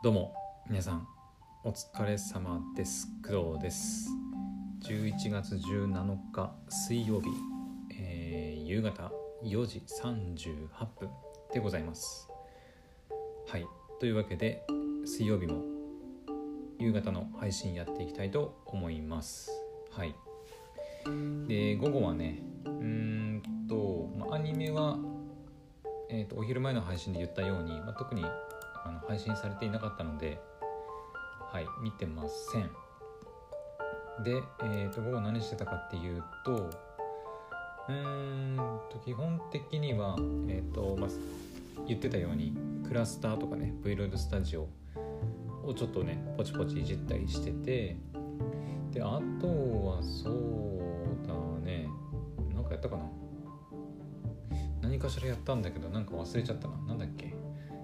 どうも皆さんお疲れ様です。工藤です。11月17日水曜日、夕方4時38分でございます。はい、というわけで水曜日も夕方の配信やっていきたいと思います。はい。で午後はねアニメは、お昼前の配信で言ったように、特に配信されていなかったので、はい、見てません。で、午後何してたかっていうと、基本的には、言ってたようにクラスターとかね Vloid スタジオをちょっとねポチポチいじったりしてて、であとはそうだね、なんかやったかな、何かしらやったんだけどなんか忘れちゃったな。なんだっけ、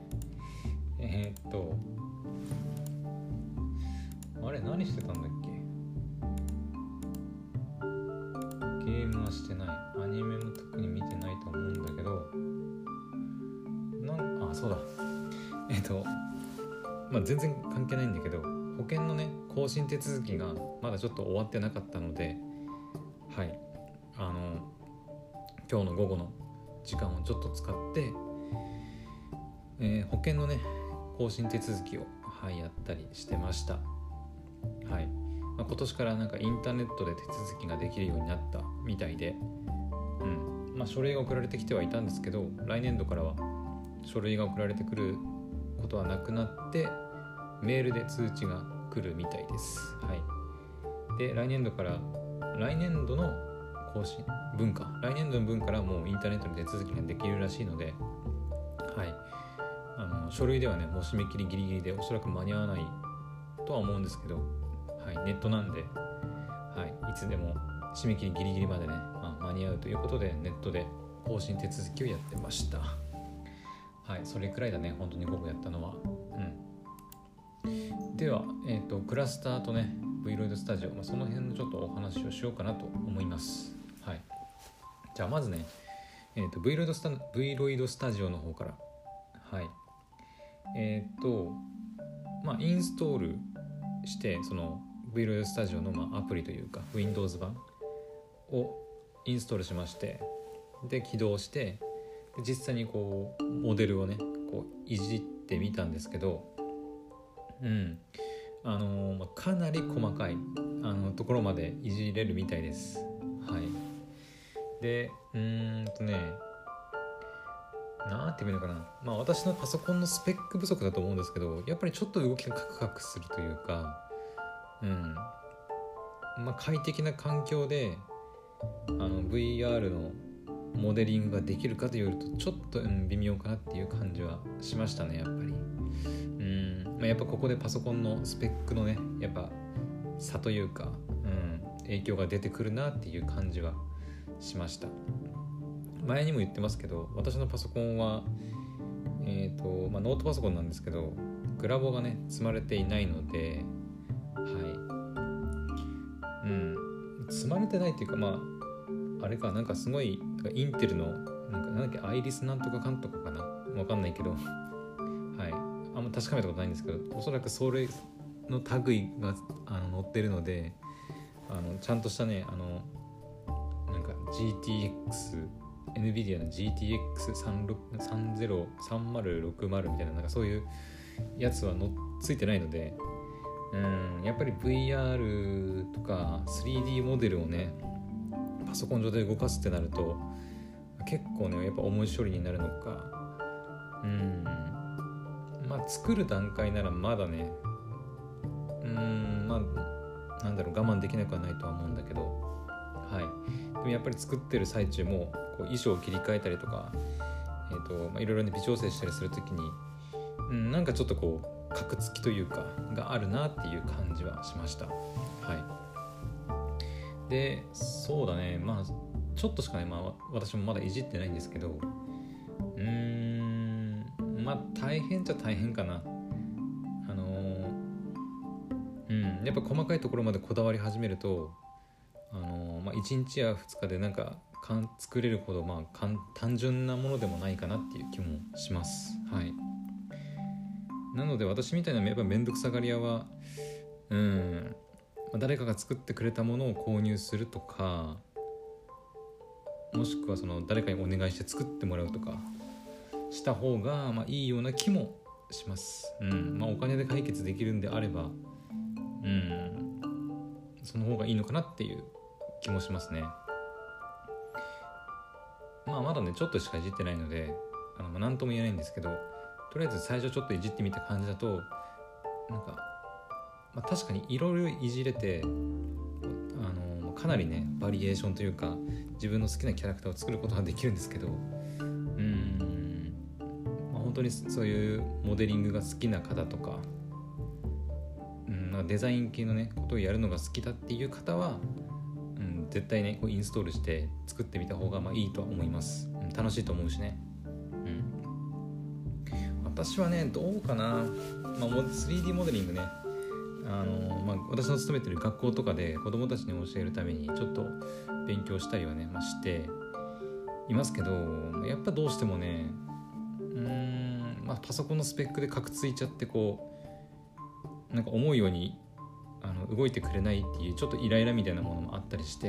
あれ何してたんだっけ。ゲームはしてない、アニメも特に見てないと思うんだけど、そうだ、全然関係ないんだけど、保険のね更新手続きがまだちょっと終わってなかったので、はい、今日の午後の時間をちょっと使って、保険のね更新手続きを、やったりしてました。はい。今年からなんかインターネットで手続きができるようになったみたいで、書類が送られてきてはいたんですけど、来年度からは書類が送られてくることはなくなってメールで通知が来るみたいです。はい。で来年度の更新分からもうインターネットで手続きができるらしいので、はい、書類ではねもう締め切りギリギリでおそらく間に合わないとは思うんですけど、はい、ネットなんで、いつでも締め切りギリギリまでね、間に合うということでネットで更新手続きをやってました。はい、それくらいだね本当に午後やったのは。では、クラスターとね Vloid スタジオ、その辺のちょっとお話をしようかなと思います。はい。じゃあまずね、Vloid スタジオの方から、はい、インストールしてその Vloid スタジオのアプリというか Windows 版をインストールしまして、で起動して、で実際にこうモデルをねこういじってみたんですけど、かなり細かいところまでいじれるみたいです。はい。でなんて言うのかな、私のパソコンのスペック不足だと思うんですけど、やっぱりちょっと動きがカクカクするというか、快適な環境でVR のモデリングができるかというとちょっと微妙かなっていう感じはしましたね。やっぱりやっぱここでパソコンのスペックのねやっぱ差というか、影響が出てくるなっていう感じはしました。前にも言ってますけど、私のパソコンはノートパソコンなんですけど、グラボがね積まれていないので、積まれてないっていうか、あれか、なんかすごいインテルのなんだっけ、アイリスなんとかかんとかかな、わかんないけど、あんま確かめたことないんですけど、おそらくそれの類が載ってるので、ちゃんとしたねなんか NVIDIA の GTX3060みたいな、なんかそういうやつはついてないので、やっぱり VR とか 3D モデルをねパソコン上で動かすってなると結構ねやっぱ重い処理になるのか、作る段階ならまだね我慢できなくはないとは思うんだけど、でもやっぱり作ってる最中もこう衣装を切り替えたりとか、いろいろね微調整したりするときに、なんかちょっとこうカクつきというかがあるなっていう感じはしました。でそうだね、ちょっとしかね、私もまだいじってないんですけど、大変っちゃ大変かな。やっぱ細かいところまでこだわり始めると1日や2日でなんか作れるほど単純なものでもないかなっていう気もします。 なので私みたいなやっぱめんどくさがり屋は誰かが作ってくれたものを購入するとか、もしくはその誰かにお願いして作ってもらうとかした方がいいような気もします。お金で解決できるんであればその方がいいのかなっていう気もしますね。まだねちょっとしかいじってないので何とも言えないんですけど、とりあえず最初ちょっといじってみた感じだと確かにいろいろいじれてかなりねバリエーションというか自分の好きなキャラクターを作ることができるんですけど、本当にそういうモデリングが好きな方とか、デザイン系のねことをやるのが好きだっていう方は、絶対ねこうインストールして作ってみた方がいいとは思います。楽しいと思うしね。私はねどうかな、3D モデリングね私の勤めてる学校とかで子どもたちに教えるためにちょっと勉強したりはね、していますけど、やっぱどうしてもねパソコンのスペックでカクついちゃってなんか思うように動いてくれないっていうちょっとイライラみたいなものもあったりして、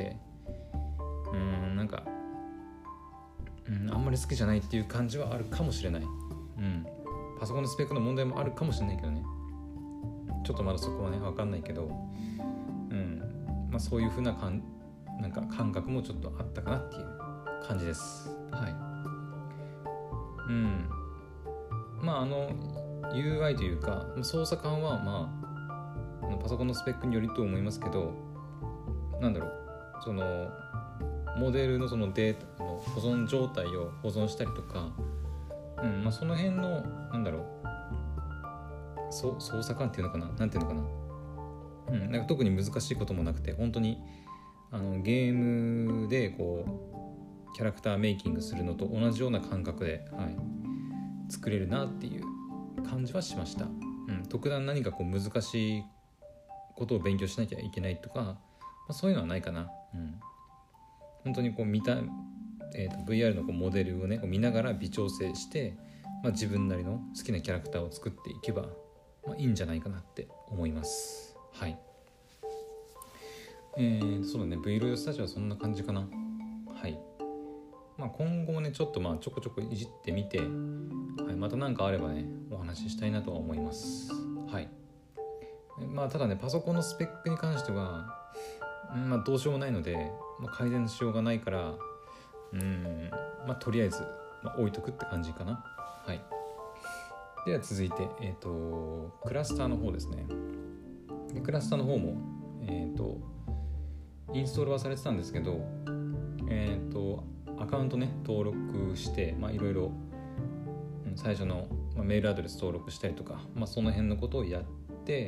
あんまり好きじゃないっていう感じはあるかもしれない。パソコンのスペックの問題もあるかもしれないけどね、ちょっとまだそこはね分かんないけど、そういう風ななんか感覚もちょっとあったかなっていう感じです。はい。UI というか操作感はパソコンのスペックによりと思いますけど、そのモデルのそのデータの保存状態を保存したりとか、その辺の操作感っていうのかな、なんていうのかな、なんか特に難しいこともなくて、本当にゲームでキャラクターメイキングするのと同じような感覚で、作れるなっていう感じはしました。特段何か難しいことを勉強しなきゃいけないとか、そういうのはないかな。本当にVR のモデルをね見ながら微調整して、自分なりの好きなキャラクターを作っていけば、いいんじゃないかなって思います。はい。そうだね、Vlog スタジオはそんな感じかな。はい。今後もねちょっとちょこちょこいじってみて、また何かあればねお話ししたいなとは思います。はい。ただねパソコンのスペックに関してはどうしようもないので、改善しようがないからとりあえず、置いとくって感じかな。はい。では続いて、クラスターの方ですね。でクラスターの方も、インストールはされてたんですけど、アカウントね登録して、いろいろ最初の、メールアドレス登録したりとか、その辺のことをやって、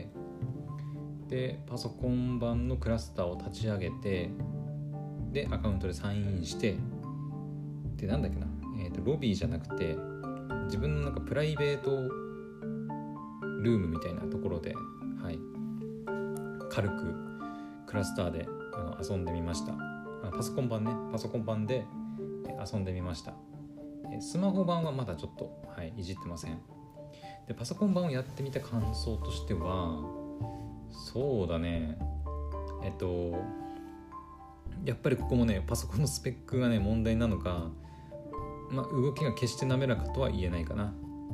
でパソコン版のクラスターを立ち上げて、でアカウントでサインインして、でロビーじゃなくて自分のプライベートルームみたいなところで、軽くクラスターで遊んでみました。パソコン版で遊んでみました。スマホ版はまだちょっと、いじってません。でパソコン版をやってみた感想としては、そうだねやっぱりここもねパソコンのスペックがね問題なのか、動きが決して滑らかとは言えないかな。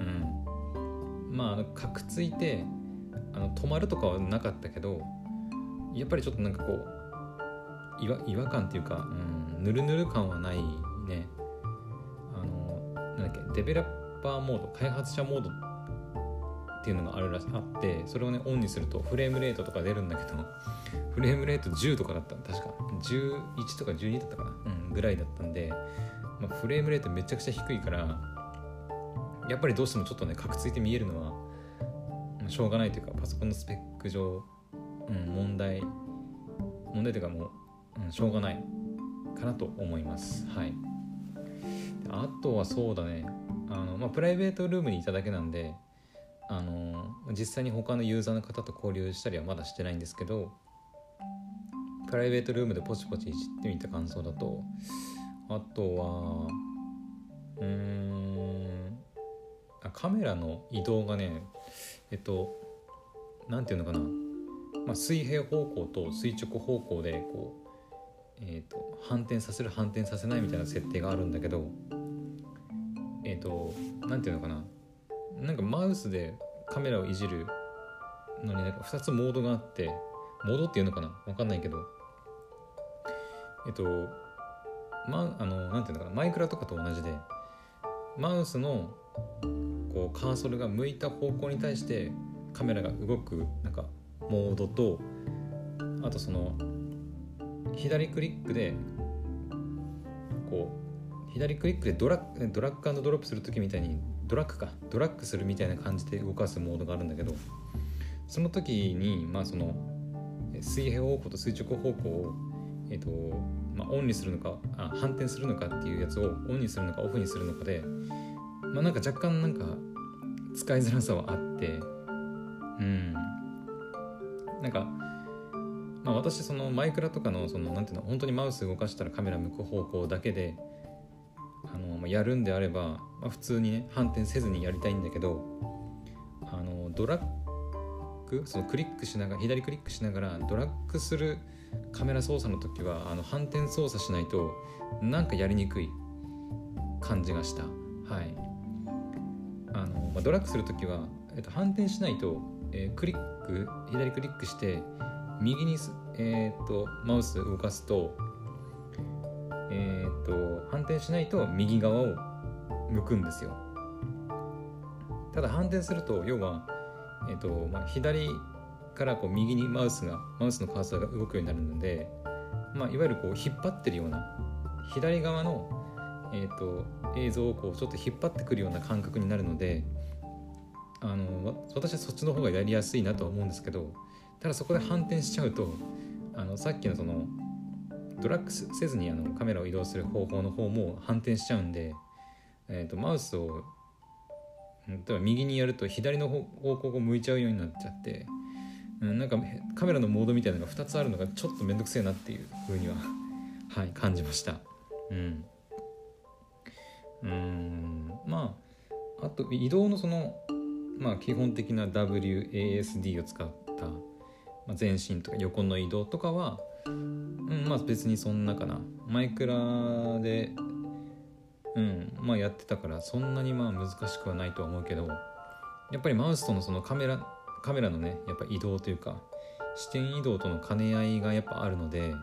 カクついて止まるとかはなかったけど、やっぱりちょっと違和感っていうか、ぬるぬる感はないね。デベロッパーモード、開発者モードっていうのがあって、それをねオンにするとフレームレートとか出るんだけど、フレームレート10とかだった、確か11とか12だったかな、ぐらいだったんで、フレームレートめちゃくちゃ低いから、やっぱりどうしてもちょっとねカクついて見えるのはしょうがないというか、パソコンのスペック上、問題というかしょうがないかなと思います。はい。あとはそうだね、プライベートルームにいただけなんで、実際に他のユーザーの方と交流したりはまだしてないんですけど、プライベートルームでポチポチいじってみた感想だと、あとはカメラの移動がねなんていうのかな、水平方向と垂直方向でこう、反転させる反転させないみたいな設定があるんだけど、なんていうのかな、なんかマウスでカメラをいじるのになんか2つモードがあって、モードっていうのかな、わかんないけど、なんていうのかな、マイクラとかと同じで、マウスのこうカーソルが向いた方向に対してカメラが動くなんかモードと、あとその左クリックでこう左クリックでドラッグ&ドロップするときみたいにドラッグするみたいな感じで動かすモードがあるんだけど、その時にその水平方向と垂直方向をオンにするのか反転するのかっていうやつをオンにするのかオフにするのかで、なんか若干なんか使いづらさはあって、なんか私そのマイクラとかのそのなんていうの、本当にマウス動かしたらカメラ向く方向だけでやるんであれば、普通にね反転せずにやりたいんだけど、ドラッグ、そのクリックしながら左クリックしながらドラッグするカメラ操作の時は反転操作しないとなんかやりにくい感じがした。はい。ドラッグする時は、反転しないと、左クリックして右にマウス動かすと反転しないと右側を向くんですよ。ただ反転すると要は、左からこう右にマウスのカーソルが動くようになるので、いわゆるこう引っ張ってるような左側の、映像をこうちょっと引っ張ってくるような感覚になるので、私はそっちの方がやりやすいなとは思うんですけど、ただそこで反転しちゃうとさっきのそのドラッグせずにカメラを移動する方法の方も反転しちゃうんで、マウスを例えば右にやると左の方向を向いちゃうようになっちゃって、なんかカメラのモードみたいなのが2つあるのがちょっとめんどくせえなっていう風にははい感じました。あと移動のその基本的な WASD を使った、前進とか横の移動とかは、別にそんなかな、マイクラでやってたからそんなに難しくはないとは思うけど、やっぱりマウスとのそのカメラのねやっぱ移動というか視点移動との兼ね合いがやっぱあるので、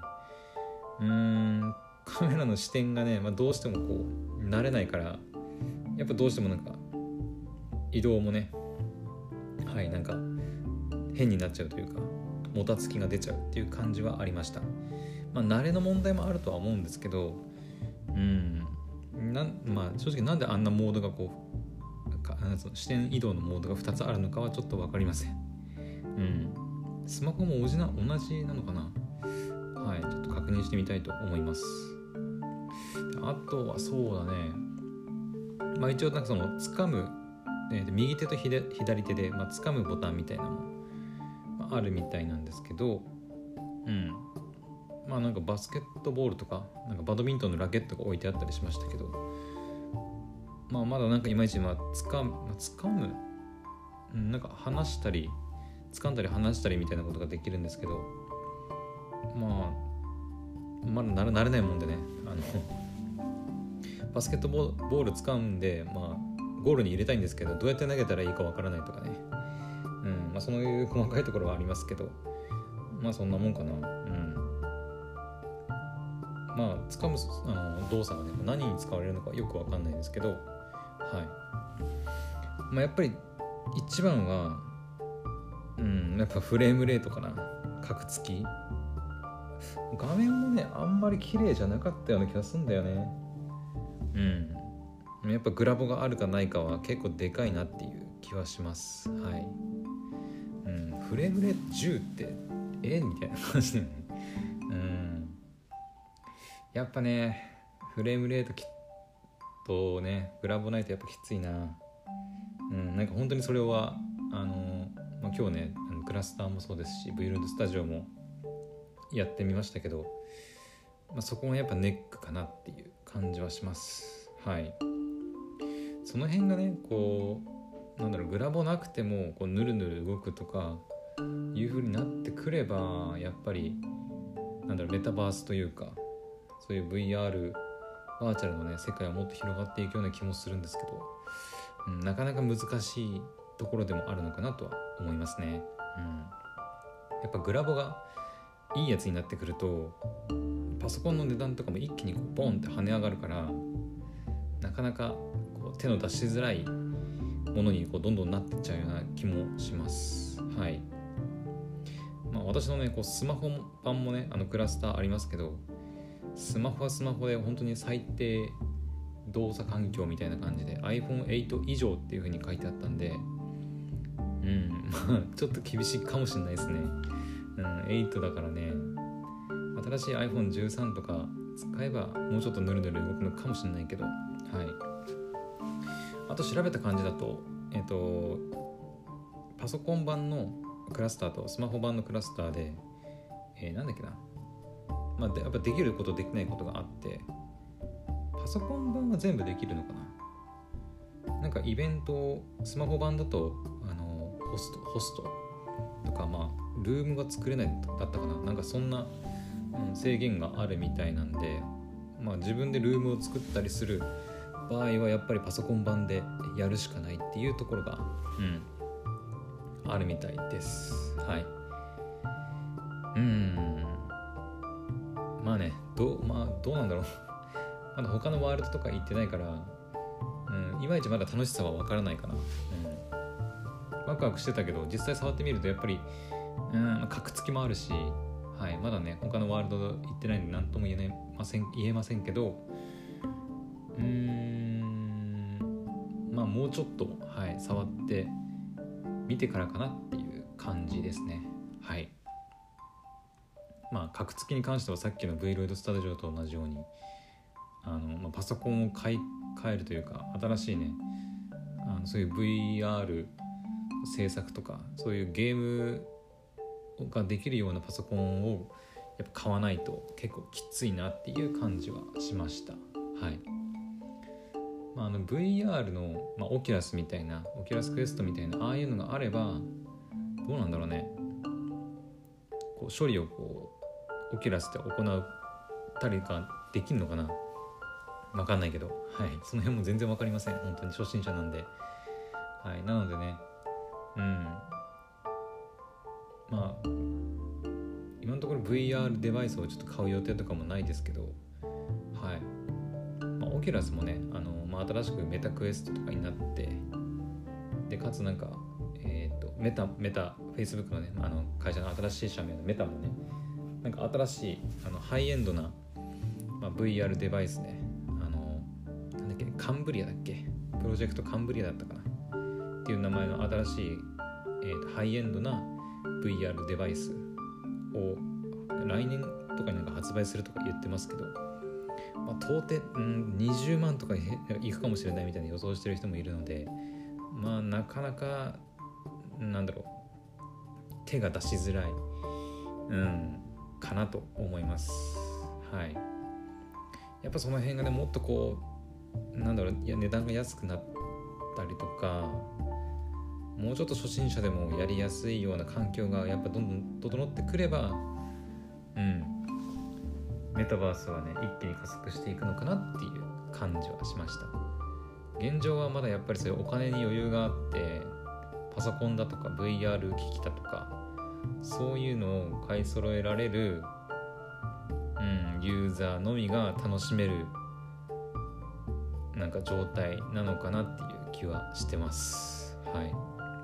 カメラの視点がね、どうしてもこう慣れないから、やっぱどうしてもなんか移動もねなんか変になっちゃうというかもたつきが出ちゃうっていう感じはありました。慣れの問題もあるとは思うんですけど、正直なんであんなモードがこう視点移動のモードが2つあるのかはちょっと分かりません。スマホも同じなのかな。ちょっと確認してみたいと思います。あとはそうだね、一応なんかその掴む、右手と左手で、掴むボタンみたいなのも、あるみたいなんですけど、なんかバスケットボールとかなんかバドミントンのラケットが置いてあったりしましたけど、まだなんかいまいち掴む、なんか離したり掴んだり離したりみたいなことができるんですけど、まだ慣れないもんでね、バスケットボール掴んで、ゴールに入れたいんですけど、どうやって投げたらいいかわからないとかね、そういう細かいところはありますけど、そんなもんかな。掴む動作がね何に使われるのかよくわかんないんですけど、やっぱり一番はやっぱフレームレートかな。カクつき、画面もねあんまり綺麗じゃなかったような気がするんだよね。やっぱグラボがあるかないかは結構でかいなっていう気はします。フレームレート10ってみたいな感じでやっぱねフレームレートとねグラボないとやっぱきついな。なんか本当にそれは今日ねクラスターもそうですし Vlooms スタジオもやってみましたけど、そこがやっぱネックかなっていう感じはします。その辺がねこグラボなくてもこうぬるぬる動くとかいう風になってくれば、やっぱりメタバースというか、そういう VR バーチャルのね世界はもっと広がっていくような気もするんですけど、なかなか難しいところでもあるのかなとは思いますね。やっぱグラボがいいやつになってくると、パソコンの値段とかも一気にこうボンって跳ね上がるから、なかなかこう手の出しづらいものにこうどんどんなってっちゃうような気もします。はい。私のねこうスマホ版もねクラスターありますけど、スマホはスマホで本当に最低動作環境みたいな感じで iPhone8 以上っていう風に書いてあったんで、ちょっと厳しいかもしれないですね。8だからね、新しい iPhone13 とか使えばもうちょっとヌルヌル動くのかもしれないけど、はい。あと調べた感じだと、パソコン版のクラスターとスマホ版のクラスターで、なんだっけな、やっぱできることできないことがあって、パソコン版は全部できるのかな。なんかイベント、スマホ版だとホストとか、ルームが作れないだったかな、なんかそんな、制限があるみたいなんで、自分でルームを作ったりする場合はやっぱりパソコン版でやるしかないっていうところが、あるみたいです。はい。どうなんだろうまだ他のワールドとか行ってないから、いまいちまだ楽しさは分からないかな。ワクワクしてたけど実際触ってみるとやっぱりカクつきもあるし、はい、まだね他のワールド行ってないんで何とも言えませんけど、もうちょっと、触ってみてからかなっていう感じですね。はい。カクつきに関してはさっきの Vroid スタジオと同じようにパソコンを買い替えるというか、新しいねそういう VR 制作とかそういうゲームができるようなパソコンをやっぱ買わないと結構きついなっていう感じはしました。はい。VR の、オキュラスみたいな、オキュラスクエストみたいなああいうのがあればどうなんだろうね、こう処理をこうオキュラスで行ったりができるのかな、分かんないけど、はい、その辺も全然分かりません。本当に初心者なんで、はい、なのでね、今のところ VR デバイスをちょっと買う予定とかもないですけど、はい、オキュラスもね新しくメタクエストとかになって、でかつなんかメタ Facebook のね会社の新しい社名のメタもね、なんか新しいハイエンドな、VR デバイスね、なんだっけ、カンブリアだっけ、プロジェクトカンブリアだったかなっていう名前の新しい、ハイエンドな VR デバイスを来年とかになんか発売するとか言ってますけど、到底、20万とかいくかもしれないみたいな予想してる人もいるので、なかなか手が出しづらい、かなと思います。はい。やっぱその辺がね、もっとこう値段が安くなったりとか、もうちょっと初心者でもやりやすいような環境がやっぱどんどん整ってくれば、メタバースはね一気に加速していくのかなっていう感じはしました。現状はまだやっぱりそういうお金に余裕があって、パソコンだとか VR 機器だとかそういうのを買い揃えられる、ユーザーのみが楽しめるなんか状態なのかなっていう気はしてます。はい。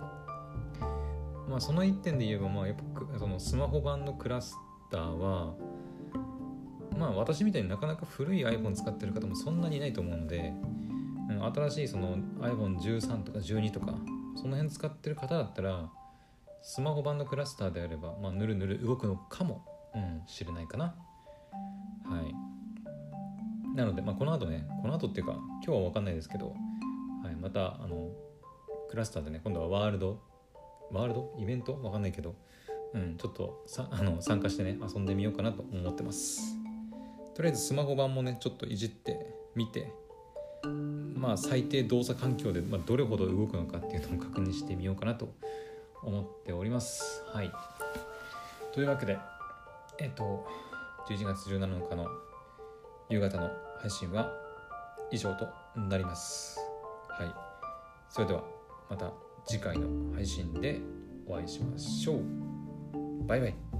その一点で言えば、やっぱそのスマホ版のクラスターは私みたいになかなか古い iPhone 使ってる方もそんなにいないと思うので、新しいその iPhone13 とか12とかその辺使ってる方だったらスマホ版のクラスターであれば、ぬるぬる動くのかもしれないかな。はい。なので、この後っていうか今日は分かんないですけど、はい、またクラスターでね、今度はワールドイベント分かんないけど、ちょっと参加してね遊んでみようかなと思ってます。とりあえずスマホ版もねちょっといじってみて、 最低動作環境で、どれほど動くのかっていうのを確認してみようかなと思っております。はい。というわけで、11月17日の夕方の配信は以上となります。はい。それではまた次回の配信でお会いしましょう。バイバイ。